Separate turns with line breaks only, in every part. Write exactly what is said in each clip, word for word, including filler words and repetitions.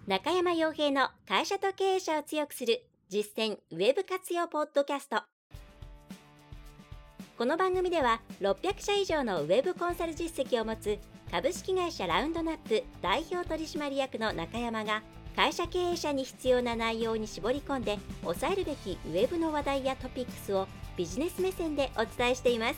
中山洋平の会社と経営者を強くする実践ウェブ活用ポッドキャスト。この番組ではろっぴゃくしゃ以上のウェブコンサル実績を持つ株式会社ラウンドナップ代表取締役の中山が会社経営者に必要な内容に絞り込んで抑えるべきウェブの話題やトピックスをビジネス目線でお伝えしています。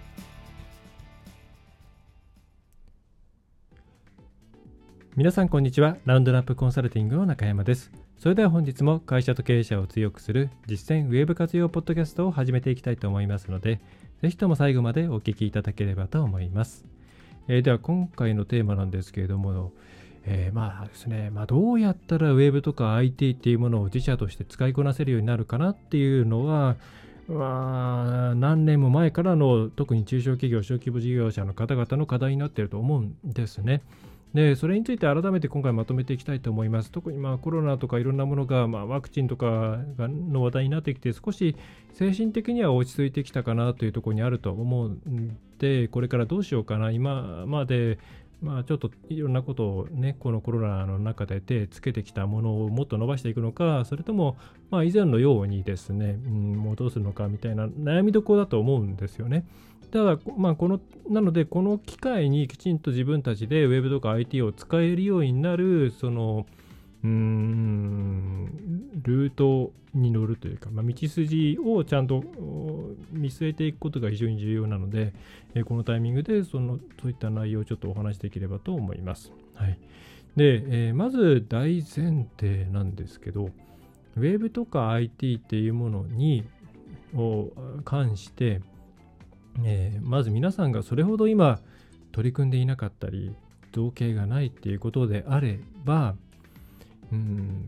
皆さんこんにちは。ラウンドナップコンサルティングの中山です。それでは本日も会社と経営者を強くする実践ウェブ活用ポッドキャストを始めていきたいと思いますので、ぜひとも最後までお聞きいただければと思います。えー、では今回のテーマなんですけれども、えー、まあですね、まあ、どうやったらウェブとか アイティー っていうものを自社として使いこなせるようになるかなっていうのは、まあ、何年も前からの特に中小企業、小規模事業者の方々の課題になっていると思うんですね。で、それについて改めて今回まとめていきたいと思います。特にまあコロナとかいろんなものが、まあ、ワクチンとかがの話題になってきて、少し精神的には落ち着いてきたかなというところにあると思うんで、これからどうしようかな、今までまあちょっといろんなことをね、このコロナの中で手つけてきたものをもっと伸ばしていくのか、それともまあ以前のようにですね、うん、もうどうするのかみたいな悩みどころだと思うんですよね。ただ、まあ、このなのでこの機会にきちんと自分たちでウェブとか アイティー を使えるようになるそのうーんルートに乗るというか、まあ、道筋をちゃんと見据えていくことが非常に重要なので、えこのタイミングでそのそういった内容をちょっとお話しできればと思います。はい、で、えー、まず大前提なんですけど、ウェブとか アイティー っていうものにを関してえー、まず皆さんがそれほど今取り組んでいなかったり造形がないっていうことであれば、うん、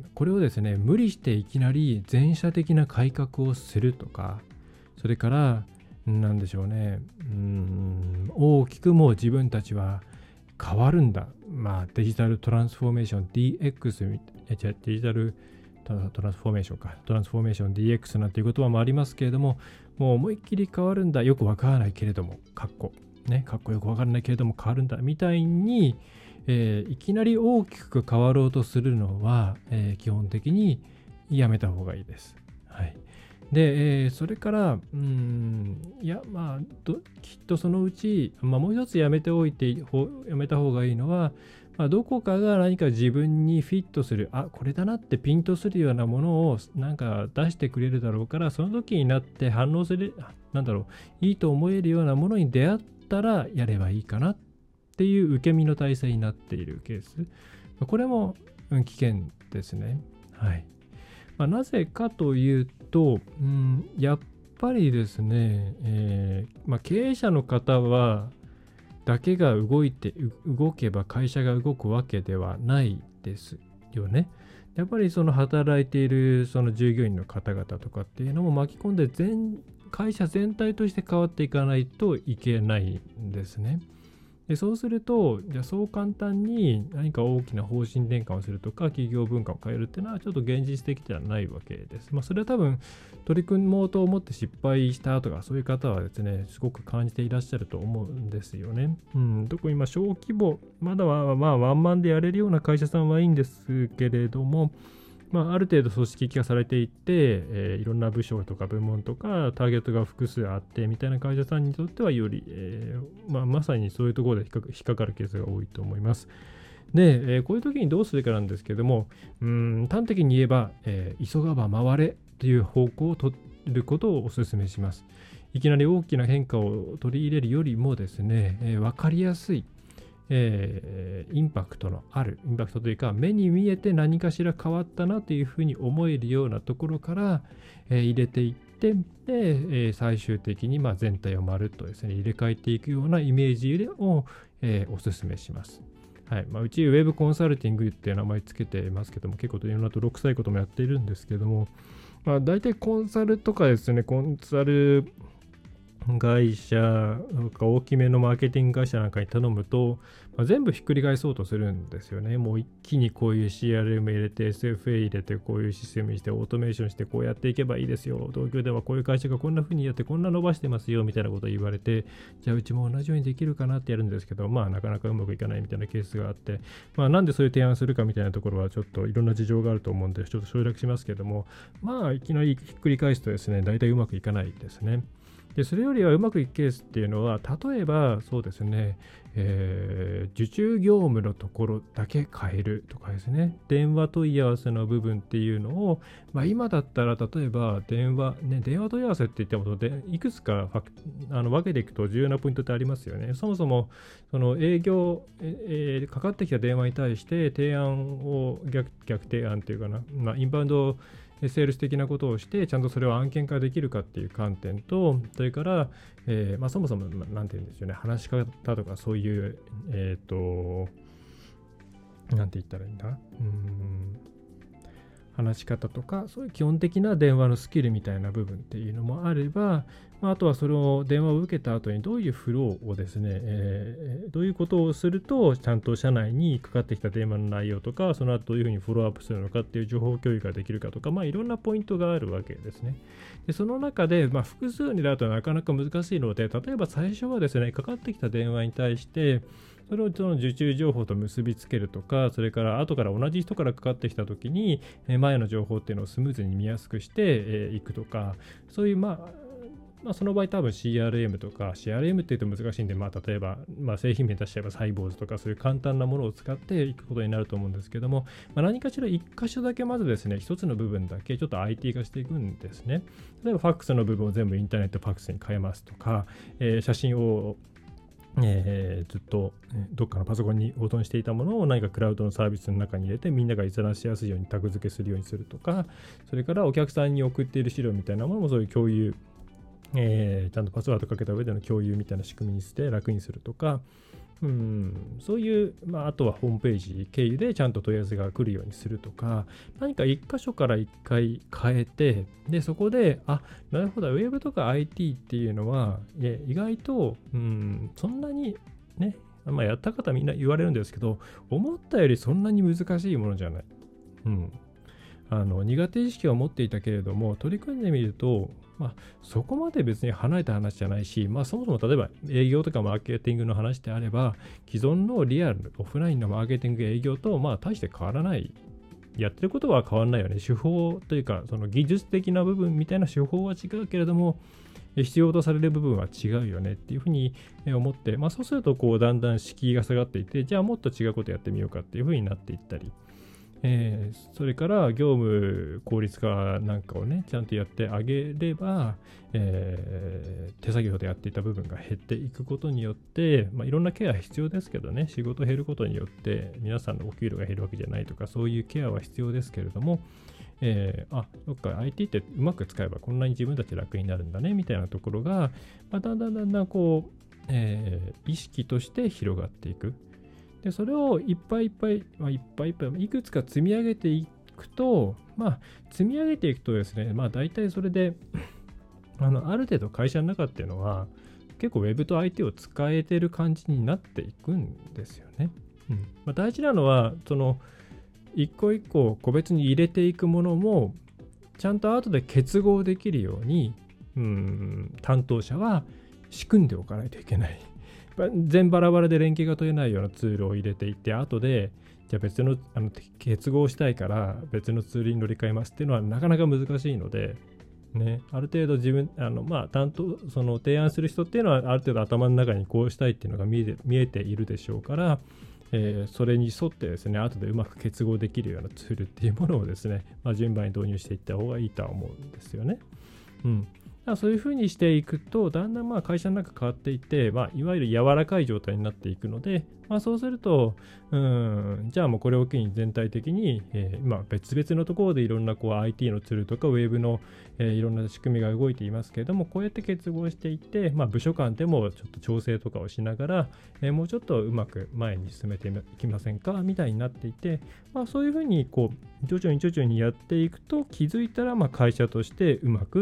これをですね無理していきなり全社的な改革をするとか、それからなんでしょうね、うん、大きくもう自分たちは変わるんだ、まあデジタルトランスフォーメーション ディーエックス えデジタルトランスフォーメーションかトランスフォーメーション ディーエックス なんていう言葉もありますけれども、もう思いっきり変わるんだ、よくわからないけれどもかっこねかっこよくわからないけれども変わるんだみたいに、えー、いきなり大きく変わろうとするのは、えー、基本的にやめた方がいいです。はい。で、えー、それからうーんいやまあどきっとそのうち、まあ、もう一つやめておいてやめた方がいいのは、まあ、どこかが何か自分にフィットする、あ、これだなってピンとするようなものをなんか出してくれるだろうから、その時になって反応する、なんだろう、いいと思えるようなものに出会ったらやればいいかなっていう受け身の体制になっているケース。これも危険ですね。はい。まあ、なぜかというと、うん、やっぱりですね、えーまあ、経営者の方は、だけが動いて動けば会社が動くわけではないですよね。やっぱりその働いているその従業員の方々とかっていうのも巻き込んで全会社全体として変わっていかないといけないんですね。でそうすると、じゃあそう簡単に何か大きな方針転換をするとか企業文化を変えるっていうのはちょっと現実的ではないわけです。まあ、それは多分取り組もうと思って失敗したとかそういう方はですね、すごく感じていらっしゃると思うんですよね。うん、特に今小規模、まだはまあワンマンでやれるような会社さんはいいんですけれども、まあ、ある程度組織化されていって、えー、いろんな部署とか部門とかターゲットが複数あってみたいな会社さんにとってはより、えーまあ、まさにそういうところで引っか、引っかかるケースが多いと思います。で、えー、こういう時にどうするかなんですけども、うーん端的に言えば、えー、急がば回れという方向を取ることをお勧めします。いきなり大きな変化を取り入れるよりもですね、えー、分かりやすいえー、インパクトのある、インパクトというか、目に見えて何かしら変わったなというふうに思えるようなところから、えー、入れていって、で、えー、最終的にまあ全体をまるっとですね、入れ替えていくようなイメージを、えー、お勧めします。はいまあ、うちウェブコンサルティングっていう名前つけてますけども、結構いろんな泥臭いこともやっているんですけども、まあ、大体コンサルとかですね、コンサル会社とか大きめのマーケティング会社なんかに頼むと、まあ、全部ひっくり返そうとするんですよね。もう一気にこういう シーアールエム 入れて エスエフエー 入れてこういうシステムにしてオートメーションしてこうやっていけばいいですよ。東京ではこういう会社がこんな風にやってこんな伸ばしてますよみたいなことを言われて、じゃあうちも同じようにできるかなってやるんですけど、まあなかなかうまくいかないみたいなケースがあって、まあなんでそういう提案するかみたいなところはちょっといろんな事情があると思うんでちょっと省略しますけども、まあいきなりひっくり返すとですね、大体うまくいかないですね。でそれよりはうまくいくケースっていうのは、例えばそうですね、えー、受注業務のところだけ変えるとかですね、電話問い合わせの部分っていうのを、まあ、今だったら例えば電話、ね、電話問い合わせって言ってもでいくつかファクあの分けていくと重要なポイントってありますよね。そもそもその営業、えー、かかってきた電話に対して提案を 逆, 逆提案っていうかな、まあ、インバウンドセールス的なことをしてちゃんとそれを案件化できるかっていう観点と、それから、えーまあ、そもそもなんて言うんですよね、話し方とかそういうえっ、ー、となんて言ったらいいんだうーん話し方とかそういう基本的な電話のスキルみたいな部分っていうのもあれば、まあ、あとはそれを電話を受けた後にどういうフローをですね、えー、どういうことをするとちゃんと社内にかかってきた電話の内容とか、その後どういうふうにフォローアップするのかっていう情報共有ができるかとか、まあいろんなポイントがあるわけですね。でその中で、まあ、複数になるとなかなか難しいので、例えば最初はですね、かかってきた電話に対してそれをその受注情報と結びつけるとか、それから後から同じ人からかかってきたときに前の情報っていうのをスムーズに見やすくしていくとか、そういうまあまあ、その場合多分 シーアールエム とか シーアールエム って言うと難しいんで、まあ、例えば、まあ、製品名出しちゃえばサイボーズとかそういう簡単なものを使っていくことになると思うんですけども、まあ、何かしら一箇所だけまずですね、一つの部分だけちょっと アイティー 化していくんですね。例えばファックスの部分を全部インターネットファックスに変えますとか、えー、写真をえー、ずっとどっかのパソコンに保存していたものを何かクラウドのサービスの中に入れてみんなが閲覧しやすいようにタグ付けするようにするとか、それからお客さんに送っている資料みたいなものもそういう共有、えー、ちゃんとパスワードかけた上での共有みたいな仕組みにして楽にするとか、うん、そういう、まあ、あとはホームページ経由でちゃんと問い合わせが来るようにするとか、何か一箇所から一回変えて、でそこであなるほど、ウェブとか アイティー っていうのは意外と、うん、そんなにね、まあ、やった方みんな言われるんですけど、思ったよりそんなに難しいものじゃない、うん、あの苦手意識は持っていたけれども取り組んでみると、まあ、そこまで別に離れた話じゃないし、まあ、そもそも例えば営業とかマーケティングの話であれば、既存のリアル、オフラインのマーケティング営業とまあ大して変わらない。やってることは変わらないよね。手法というか、その技術的な部分みたいな手法は違うけれども、必要とされる部分は違うよねっていうふうに思って、まあ、そうするとこうだんだん敷居が下がっていって、じゃあもっと違うことやってみようかっていうふうになっていったり、えー、それから業務効率化なんかをねちゃんとやってあげれば、えー、手作業でやっていた部分が減っていくことによって、まあ、いろんなケア必要ですけどね、仕事減ることによって皆さんのお給料が減るわけじゃないとか、そういうケアは必要ですけれども、えー、あ、そっか アイティー ってうまく使えばこんなに自分たち楽になるんだねみたいなところが、まあ、だんだんだんだんこう、えー、意識として広がっていく。でそれをいっぱいいっぱい、まあ、いっぱいいっぱいいくつか積み上げていくと、まあ、積み上げていくとですね、まあ大体それであのある程度会社の中っていうのは結構 Web と アイティー を使えてる感じになっていくんですよね。うんまあ、大事なのはその一個一個個別に入れていくものもちゃんと後で結合できるように、うん、担当者は仕組んでおかないといけない。全バラバラで連携が取れないようなツールを入れていって、後でじゃあ別の、あの結合したいから別のツールに乗り換えますっていうのはなかなか難しいので、ね、ある程度自分あのまあ担当その提案する人っていうのはある程度頭の中にこうしたいっていうのが見えて、見えているでしょうから、えー、それに沿ってですね、後でうまく結合できるようなツールっていうものをですね、まあ、順番に導入していった方がいいとは思うんですよね。うん。そういうふうにしていくと、だんだんまあ会社の中変わっていって、まあ、いわゆる柔らかい状態になっていくので、まあ、そうすると、うん、じゃあもうこれを機に全体的に、えー、今別々のところでいろんなこう アイティー のツールとかウェブの、えー、いろんな仕組みが動いていますけれども、こうやって結合していって、まあ、部署間でもちょっと調整とかをしながら、えー、もうちょっとうまく前に進めていきませんかみたいになっていて、まあ、そういうふうにこう徐々に徐々にやっていくと、気づいたらまあ会社としてうまく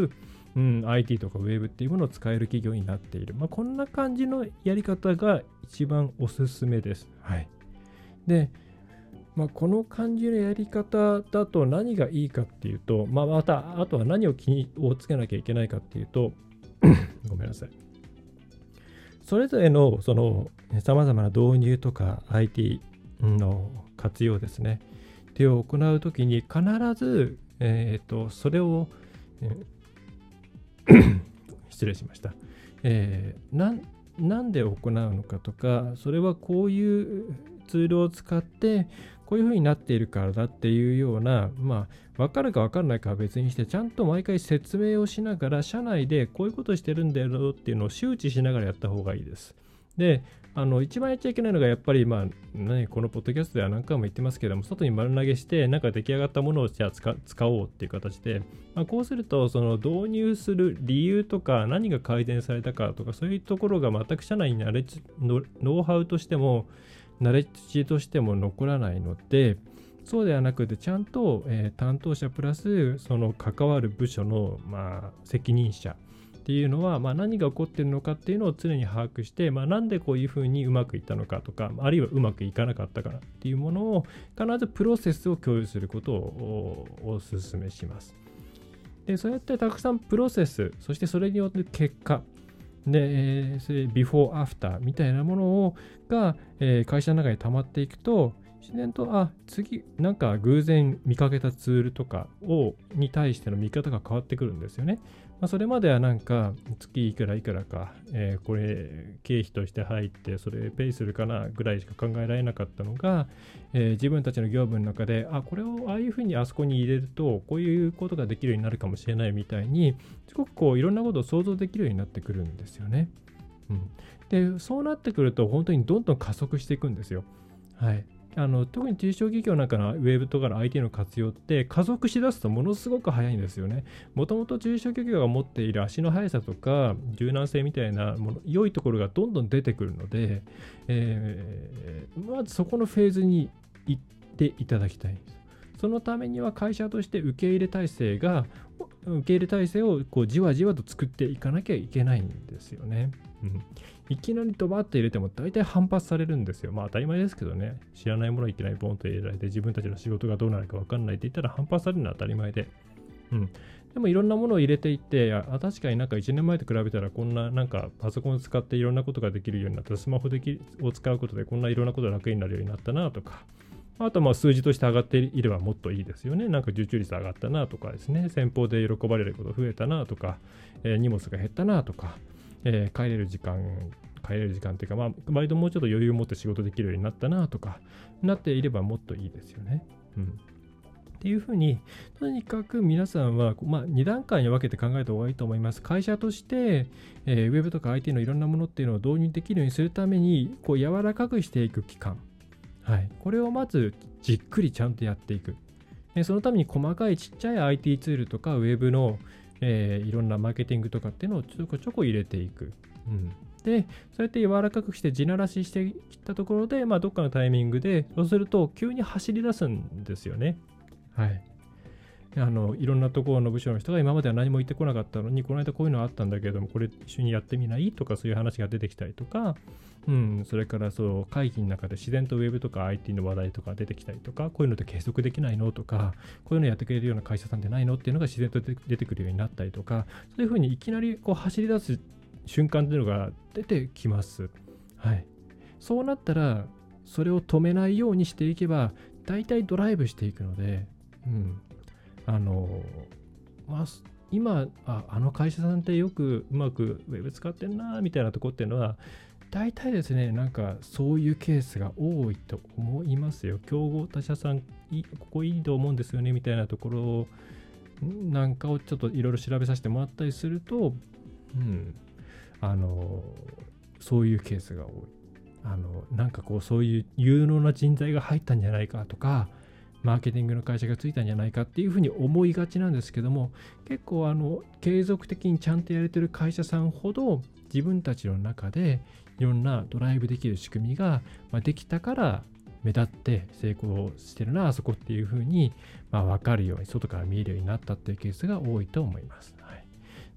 うん、アイティー とかウェブっていうものを使える企業になっている。まあ、こんな感じのやり方が一番おすすめです。はい。で、まあ、この感じのやり方だと何がいいかっていうと、まあ、また、あとは何を気にをつけなきゃいけないかっていうと、ごめんなさい。それぞれのその様々な導入とか アイティー の活用ですね。手を行うときに必ず、えーと、それを、えー失礼しました。えー、な、なんで行うのかとか、それはこういうツールを使ってこういう風になっているからだっていうような、まあ、分かるか分かんないかは別にして、ちゃんと毎回説明をしながら、社内でこういうことしてるんだよっていうのを周知しながらやった方がいいです。で、あの一番やっちゃいけないのがやっぱり、まあね、このポッドキャストでは何回も言ってますけども、外に丸投げしてなんか出来上がったものをじゃあ 使, 使おうっていう形で、まあ、こうするとその導入する理由とか何が改善されたかとか、そういうところが全く社内にナレッジのノウハウとしてもナレッジとしても残らないので、そうではなくてちゃんと、えー、担当者プラスその関わる部署の、まあ、責任者っていうのは、まあ、何が起こっているのかっていうのを常に把握して、まあ、なんでこういうふうにうまくいったのかとか、あるいはうまくいかなかったかっていうものを必ずプロセスを共有することをお勧めします。で、そうやってたくさんプロセス、そしてそれによって結果で、えー、ビフォーアフターみたいなものをが、えー、会社の中に溜まっていくと、自然と、あ、次、なんか偶然見かけたツールとかをに対しての見方が変わってくるんですよね。まあ、それまではなんか月いくらいくらか、えー、これ経費として入ってそれペイするかなぐらいしか考えられなかったのが、えー、自分たちの業務の中で、あ、これをああいうふうにあそこに入れるとこういうことができるようになるかもしれないみたいに、すごくこういろんなことを想像できるようになってくるんですよね。うん、で、そうなってくると本当にどんどん加速していくんですよ。はい。あの特に中小企業なんかのウェブとかの アイティー の活用って加速しだすとものすごく早いんですよね。もともと中小企業が持っている足の速さとか柔軟性みたいなもの、良いところがどんどん出てくるので、えー、まずそこのフェーズに行っていただきたいんです。そのためには会社として受け入れ体制が受け入れ体制をこうじわじわと作っていかなきゃいけないんですよね。うん、いきなりドバッと入れても大体反発されるんですよ。まあ当たり前ですけどね。知らないものをいきなりボンと入れられて自分たちの仕事がどうなるか分かんないって言ったら反発されるのは当たり前で。うん、でもいろんなものを入れていって、あ、確かになんかいちねんまえと比べたらこんななんかパソコンを使っていろんなことができるようになった、スマホできを使うことでこんないろんなことが楽になるようになったなとか、あとまあ数字として上がっていればもっといいですよね。なんか受注率上がったなとかですね、先方で喜ばれること増えたなとか、えー、荷物が減ったなとか、えー、帰れる時間、帰れる時間っていうか、まあ、割ともうちょっと余裕を持って仕事できるようになったなとか、なっていればもっといいですよね。うん。っていうふうに、とにかく皆さんは、まあ、に段階に分けて考えた方がいいと思います。会社として、えー、ウェブとか アイティー のいろんなものっていうのを導入できるようにするために、こう柔らかくしていく期間。はい、これをまずじっくりちゃんとやっていく。でそのために細かいちっちゃい アイティー ツールとかウェブの、えー、いろんなマーケティングとかっていうのをちょこちょこ入れていく。うん、で、そうやって柔らかくして地ならししていったところで、まあ、どっかのタイミングで、そうすると急に走り出すんですよね。はい。あのいろんなところの部署の人が今までは何も言ってこなかったのに、この間こういうのあったんだけれども、これ一緒にやってみないとか、そういう話が出てきたりとか、うん、それからそう会議の中で自然とウェブとか アイティー の話題とか出てきたりとか、こういうので継続できないのとか、こういうのやってくれるような会社さんってないのっていうのが自然と出てくるようになったりとか、そういうふうにいきなりこう走り出す瞬間っていうのが出てきます。はい。そうなったら、それを止めないようにしていけば、大体ドライブしていくので、うん。あの、まあ、今あ、あの会社さんってよくうまくウェブ使ってんなみたいなとこっていうのは、大体ですね、なんかそういうケースが多いと思いますよ。競合他社さん、ここいいと思うんですよねみたいなところなんかをちょっといろいろ調べさせてもらったりすると、うん、あの、そういうケースが多い。あの、なんかこう、そういう有能な人材が入ったんじゃないかとか、マーケティングの会社がついたんじゃないかっていうふうに思いがちなんですけども、結構あの継続的にちゃんとやれてる会社さんほど自分たちの中でいろんなドライブできる仕組みができたから目立って成功してるなあそこっていうふうにまあ分かるように外から見えるようになったっていうケースが多いと思います。はい、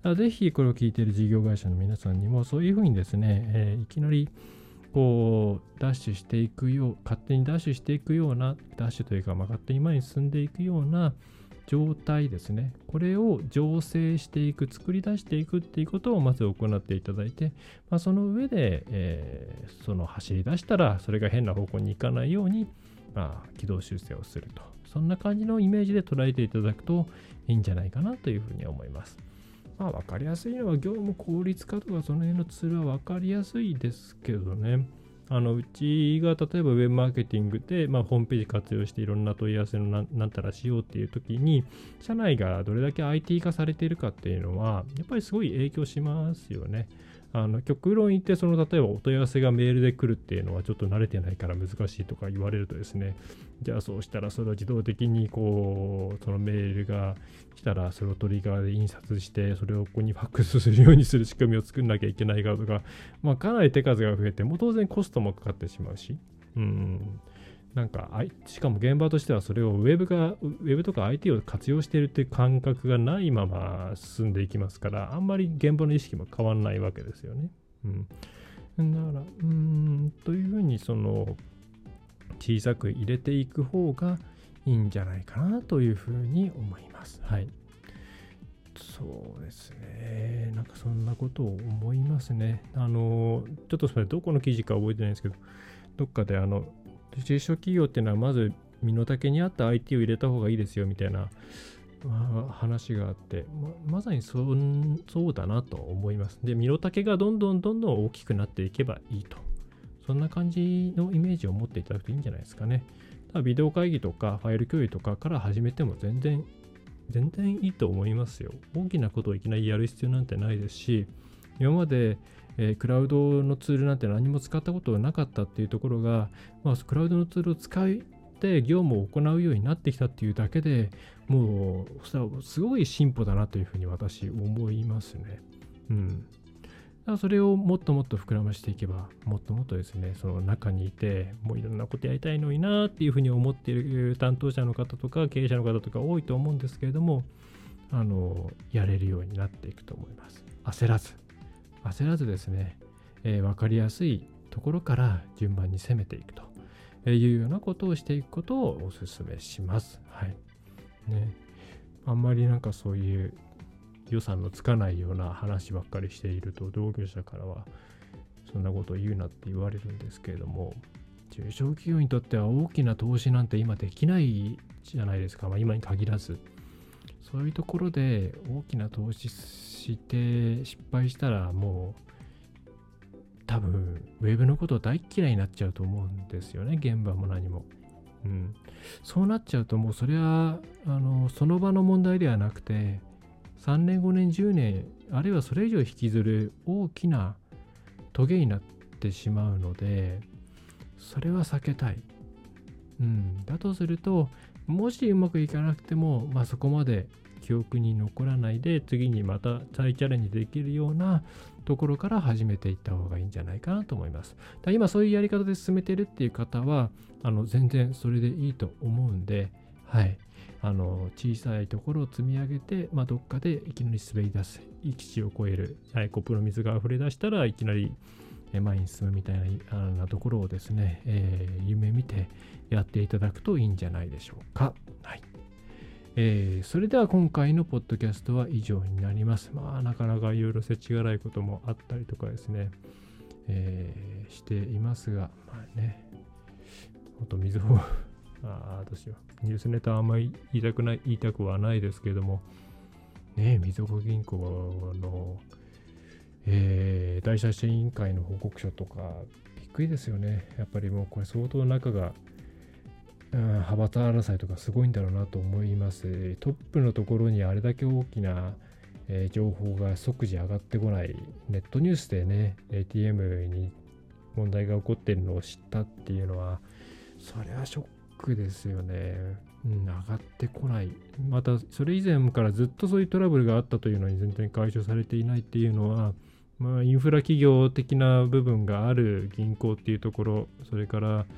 ぜひこれを聞いている事業会社の皆さんにもそういうふうにですね、えー、いきなりこうダッシュしていくよう、勝手にダッシュしていくような、ダッシュというか、まあ、勝手に前に進んでいくような状態ですね。これを醸成していく、作り出していくっていうことをまず行っていただいて、まあ、その上で、えー、その走り出したら、それが変な方向に行かないように、まあ、軌道修正をすると。そんな感じのイメージで捉えていただくといいんじゃないかなというふうに思います。まあ、分かりやすいのは業務効率化とかその辺のツールは分かりやすいですけどね。あのうちが例えばウェブマーケティングで、まあ、ホームページ活用していろんな問い合わせのななんたらしようっていう時に、社内がどれだけ アイティー 化されているかっていうのは、やっぱりすごい影響しますよね。あの極論言って、その例えばお問い合わせがメールで来るっていうのはちょっと慣れてないから難しいとか言われるとですね、じゃあそうしたらそれを自動的にこうそのメールが来たらそれをトリガーで印刷してそれをここにファックスするようにする仕組みを作んなきゃいけないかとか、まあ、かなり手数が増えてもう当然コストもかかってしまうし、うんなんかしかも現場としてはそれをウェブがウェブとか アイティー を活用しているっていう感覚がないまま進んでいきますから、あんまり現場の意識も変わらないわけですよね。うん、だからうーんというふうにその小さく入れていく方がいいんじゃないかなというふうに思います。はい。そうですね。なんかそんなことを思いますね。あのちょっとそれどこの記事か覚えてないんですけど、どっかであの中小企業っていうのはまず身の丈に合った アイティー を入れた方がいいですよみたいな、まあ、話があって、ま、まさに そ, そうだなと思います。で、身の丈がどんどんどんどん大きくなっていけばいいと。そんな感じのイメージを持っていただくといいんじゃないですかね。ただビデオ会議とかファイル共有とかから始めても全然全然いいと思いますよ。大きなことをいきなりやる必要なんてないですし、今までえー、クラウドのツールなんて何も使ったことがなかったっていうところが、まあ、クラウドのツールを使って業務を行うようになってきたっていうだけでもうすごい進歩だなというふうに私思いますね。うん。だからそれをもっともっと膨らましていけば、もっともっとですね、その中にいて、もういろんなことやりたいのになっていうふうに思っている担当者の方とか経営者の方とか多いと思うんですけれども、あの、やれるようになっていくと思います。焦らず。焦らずですね、えー、分かりやすいところから順番に攻めていくというようなことをしていくことをお勧めします。はい。ね。あんまりなんかそういう予算のつかないような話ばっかりしていると、同業者からはそんなことを言うなって言われるんですけれども、中小企業にとっては大きな投資なんて今できないじゃないですか。まあ、今に限らず。そういうところで大きな投資して失敗したらもう多分ウェブのこと大嫌いになっちゃうと思うんですよね。現場も何も。うん、そうなっちゃうともうそれはあのその場の問題ではなくてさんねんごねんじゅうねんあるいはそれ以上引きずる大きなトゲになってしまうので、それは避けたい。うん、だとするともしうまくいかなくても、まあ、そこまで記憶に残らないで次にまた再チャレンジできるようなところから始めていった方がいいんじゃないかなと思います。だ今そういうやり方で進めてるっていう方はあの全然それでいいと思うんで、はい、あの小さいところを積み上げて、まあ、どっかでいきなり滑り出す、域地を超える、はい、コップの水が溢れ出したらいきなり前に進むみたいな、なところをですね、えー、夢見てやっていただくといいんじゃないでしょうか。はい。えー、それでは今回のポッドキャストは以上になります。まあなかなかいろいろ世知辛いこともあったりとかですね、えー、していますが、まあね、ほんと水をああどうしようニュースネタはあんまり言いたくない言いたくはないですけれども、ね、みずほ銀行のえー、第三者委員会の報告書とかびっくりですよね。やっぱりもうこれ相当中が、うん、派閥争いとかすごいんだろうなと思います。トップのところにあれだけ大きな、えー、情報が即時上がってこない、ネットニュースでね エーティーエム に問題が起こっているのを知ったっていうのはそれはショックですよね。うん、上がってこない。またそれ以前からずっとそういうトラブルがあったというのに全然解消されていないっていうのは、まあ、インフラ企業的な部分がある銀行っていうところ、それから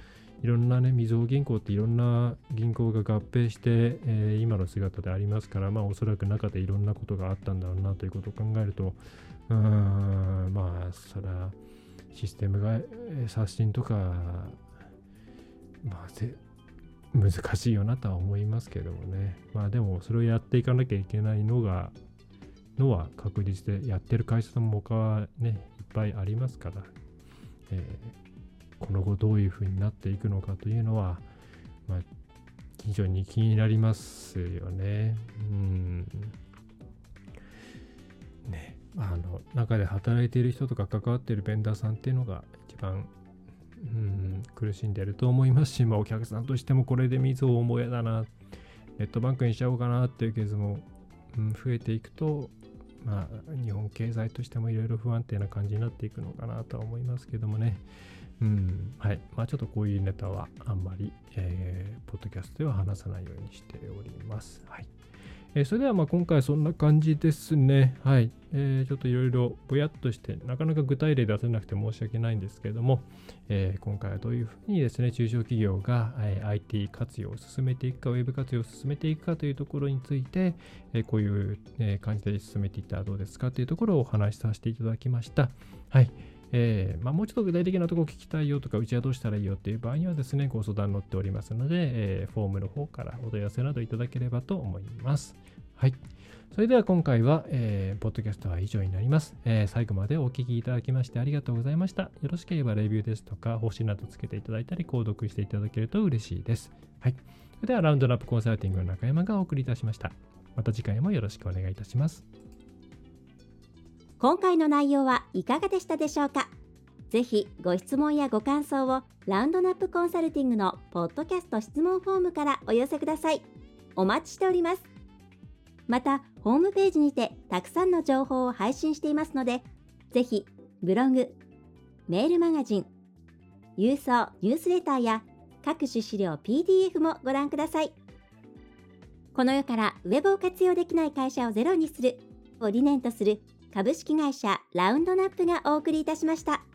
いろんなね、みずほ銀行っていろんな銀行が合併して、えー、今の姿でありますから、まあおそらく中でいろんなことがあったんだろうなということを考えると、うーん、まあそれはシステムが刷新とか、まあぜ難しいよなとは思いますけどもね。まあでもそれをやっていかなきゃいけないのが、のは確実で、やってる会社も他はね、いっぱいありますから、えーこの後どういうふうになっていくのかというのは、まあ、非常に気になりますよね。うん。ね、あの中で働いている人とか関わっているベンダーさんっていうのが一番、うん、苦しんでいると思いますし、まあ、お客さんとしてもこれでみずほ重やだな、ネットバンクにしちゃおうかなっていうケースも、うん、増えていくと、まあ、日本経済としてもいろいろ不安定な感じになっていくのかなとは思いますけどもね。うん、はい。まあちょっとこういうネタはあんまり、えー、ポッドキャストでは話さないようにしております。はい。えー、それではまあ今回そんな感じですね。はい。えー、ちょっといろいろぼやっとして、なかなか具体例出せなくて申し訳ないんですけれども、えー、今回はどういうふうにですね、中小企業が、えー、アイティー 活用を進めていくか、ウェブ活用を進めていくかというところについて、えー、こういう、えー、感じで進めていったらどうですかというところをお話しさせていただきました。はい。えーまあ、もうちょっと具体的なところを聞きたいよとか、うちはどうしたらいいよっていう場合にはですね、ご相談乗っておりますので、えー、フォームの方からお問い合わせなどいただければと思います。はい。それでは今回は、えー、ポッドキャストは以上になります、えー。最後までお聞きいただきましてありがとうございました。よろしければレビューですとか、星などつけていただいたり、購読していただけると嬉しいです。はい。それではラウンドナップコンサルティングの中山がお送りいたしました。また次回もよろしくお願いいたします。
今回の内容はいかがでしたでしょうか。ぜひご質問やご感想をラウンドナップコンサルティングのポッドキャスト質問フォームからお寄せください。お待ちしております。また、ホームページにてたくさんの情報を配信していますので、ぜひブログ、メールマガジン、郵送ニュースレターや各種資料 ピーディーエフ もご覧ください。この世からウェブを活用できない会社をゼロにするを理念とする株式会社ラウンドナップがお送りいたしました。